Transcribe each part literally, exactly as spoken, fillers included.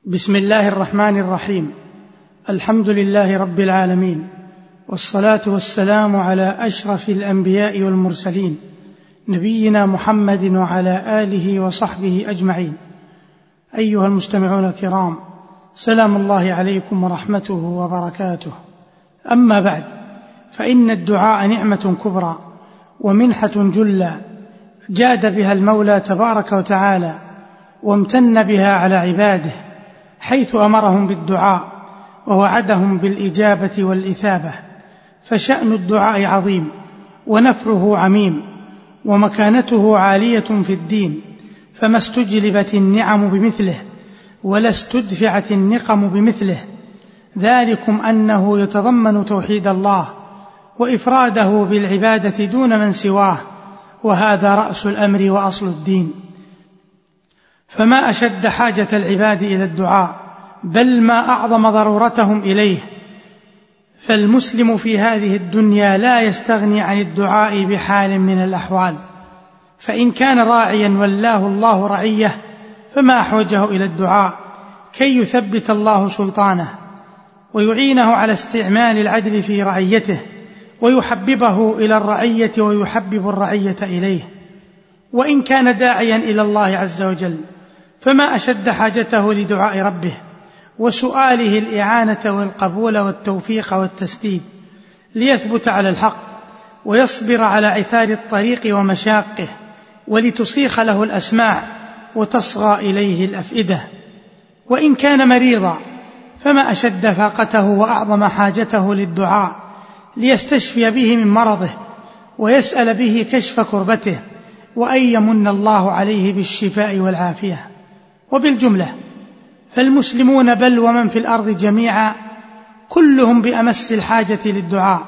بسم الله الرحمن الرحيم. الحمد لله رب العالمين، والصلاة والسلام على أشرف الأنبياء والمرسلين، نبينا محمد وعلى آله وصحبه أجمعين. أيها المستمعون الكرام، سلام الله عليكم ورحمته وبركاته. أما بعد، فإن الدعاء نعمة كبرى ومنحة جلى جاد بها المولى تبارك وتعالى وامتن بها على عباده، حيث أمرهم بالدعاء ووعدهم بالإجابة والإثابة. فشأن الدعاء عظيم ونفعه عميم ومكانته عالية في الدين، فما استجلبت النعم بمثله ولا استدفعت النقم بمثله، ذلكم أنه يتضمن توحيد الله وإفراده بالعبادة دون من سواه، وهذا رأس الأمر وأصل الدين. فما أشد حاجة العباد إلى الدعاء، بل ما أعظم ضرورتهم إليه. فالمسلم في هذه الدنيا لا يستغني عن الدعاء بحال من الأحوال، فإن كان راعيا ولاه الله رعيه فما أحوجه إلى الدعاء كي يثبت الله سلطانه ويعينه على استعمال العدل في رعيته، ويحببه إلى الرعية ويحبب الرعية إليه. وإن كان داعيا إلى الله عز وجل فما أشد حاجته لدعاء ربه وسؤاله الإعانة والقبول والتوفيق والتسديد، ليثبت على الحق ويصبر على عثار الطريق ومشاقه، ولتصيخ له الأسماع وتصغى إليه الأفئدة. وإن كان مريضا فما أشد فاقته وأعظم حاجته للدعاء، ليستشفي به من مرضه ويسأل به كشف كربته، وأن يمن الله عليه بالشفاء والعافية. وبالجملة فالمسلمون بل ومن في الأرض جميعا كلهم بأمس الحاجة للدعاء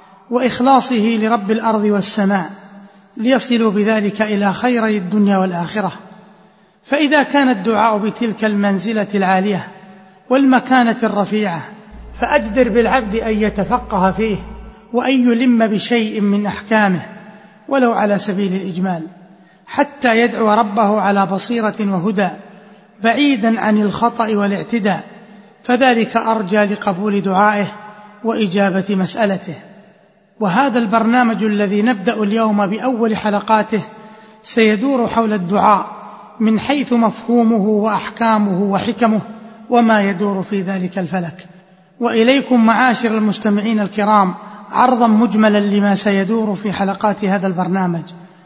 وإخلاصه لرب الأرض والسماء، ليصلوا بذلك إلى خيري الدنيا والآخرة. فإذا كان الدعاء بتلك المنزلة العالية والمكانة الرفيعة، فأجدر بالعبد أن يتفقه فيه وأن يلم بشيء من أحكامه ولو على سبيل الإجمال، حتى يدعو ربه على بصيرة وهدى بعيدا عن الخطأ والاعتداء، فذلك أرجى لقبول دعائه وإجابة مسألته. وهذا البرنامج الذي نبدأ اليوم بأول حلقاته سيدور حول الدعاء من حيث مفهومه وأحكامه وحكمه وما يدور في ذلك الفلك. وإليكم معاشر المستمعين الكرام عرضا مجملا لما سيدور في حلقات هذا البرنامج.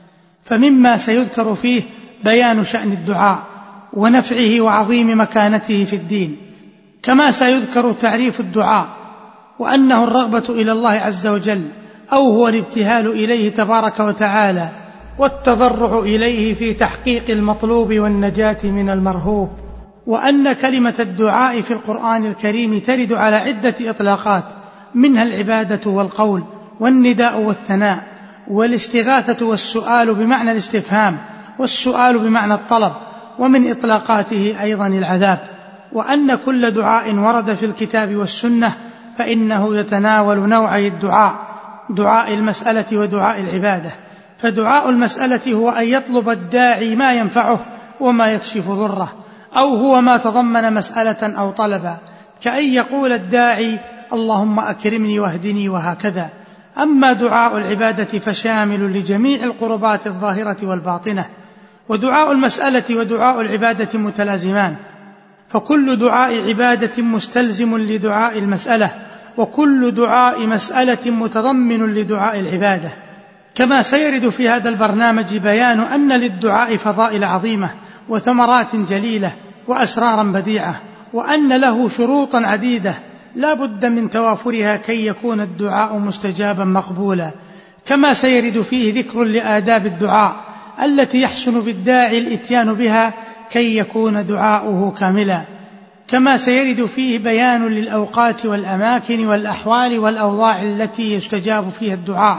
فمما سيذكر فيه بيان شأن الدعاء ونفعه وعظيم مكانته في الدين، كما سيذكر تعريف الدعاء وأنه الرغبة إلى الله عز وجل، أو هو الابتهال إليه تبارك وتعالى والتضرع إليه في تحقيق المطلوب والنجاة من المرهوب. وأن كلمة الدعاء في القرآن الكريم ترد على عدة إطلاقات، منها العبادة والقول والنداء والثناء والاستغاثة والسؤال بمعنى الاستفهام والسؤال بمعنى الطلب، ومن إطلاقاته أيضا العذاب. وأن كل دعاء ورد في الكتاب والسنة فإنه يتناول نوعي الدعاء، دعاء المسألة ودعاء العبادة. فدعاء المسألة هو أن يطلب الداعي ما ينفعه وما يكشف ضره، أو هو ما تضمن مسألة أو طلبا، كأن يقول الداعي اللهم أكرمني واهدني وهكذا. أما دعاء العبادة فشامل لجميع القربات الظاهرة والباطنة. ودعاء المسألة ودعاء العبادة متلازمان، فكل دعاء عبادة مستلزم لدعاء المسألة، وكل دعاء مسألة متضمن لدعاء العبادة. كما سيرد في هذا البرنامج بيان أن للدعاء فضائل عظيمة وثمرات جليلة وأسرارا بديعة، وأن له شروطا عديدة لا بد من توافرها كي يكون الدعاء مستجابا مقبولا. كما سيرد فيه ذكر لآداب الدعاء التي يحسن بالداعي الإتيان بها كي يكون دعاؤه كاملا. كما سيرد فيه بيان للأوقات والأماكن والأحوال والأوضاع التي يستجاب فيها الدعاء.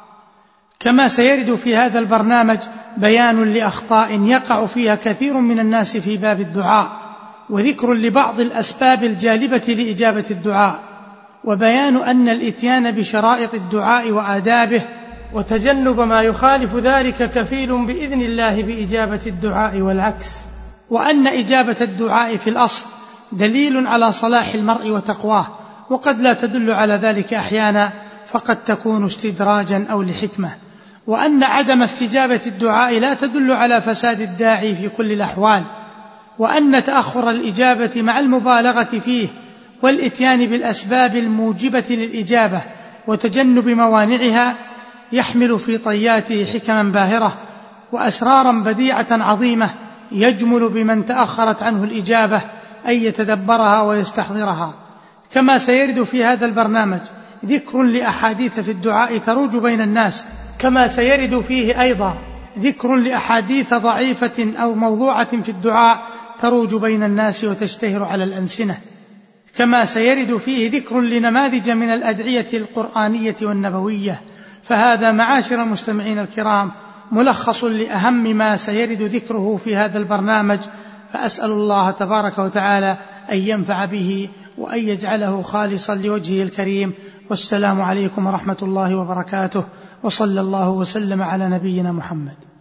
كما سيرد في هذا البرنامج بيان لأخطاء يقع فيها كثير من الناس في باب الدعاء، وذكر لبعض الأسباب الجالبة لإجابة الدعاء، وبيان أن الإتيان بشرائط الدعاء وآدابه وتجنب ما يخالف ذلك كفيل بإذن الله بإجابة الدعاء والعكس. وأن إجابة الدعاء في الأصل دليل على صلاح المرء وتقواه، وقد لا تدل على ذلك أحيانا، فقد تكون استدراجا أو لحكمة. وأن عدم استجابة الدعاء لا تدل على فساد الداعي في كل الأحوال، وأن تأخر الإجابة مع المبالغة فيه والإتيان بالأسباب الموجبة للإجابة وتجنب موانعها يحمل في طياته حكما باهرة وأسرارا بديعة عظيمة، يجمل بمن تأخرت عنه الإجابة أن يتدبرها ويستحضرها. كما سيرد في هذا البرنامج ذكر لأحاديث في الدعاء تروج بين الناس، كما سيرد فيه أيضا ذكر لأحاديث ضعيفة أو موضوعة في الدعاء تروج بين الناس وتشتهر على الألسنة، كما سيرد فيه ذكر لنماذج من الأدعية القرآنية والنبوية. فهذا معاشر المستمعين الكرام ملخص لأهم ما سيرد ذكره في هذا البرنامج، فأسأل الله تبارك وتعالى أن ينفع به وأن يجعله خالصا لوجهه الكريم. والسلام عليكم ورحمة الله وبركاته، وصلى الله وسلم على نبينا محمد.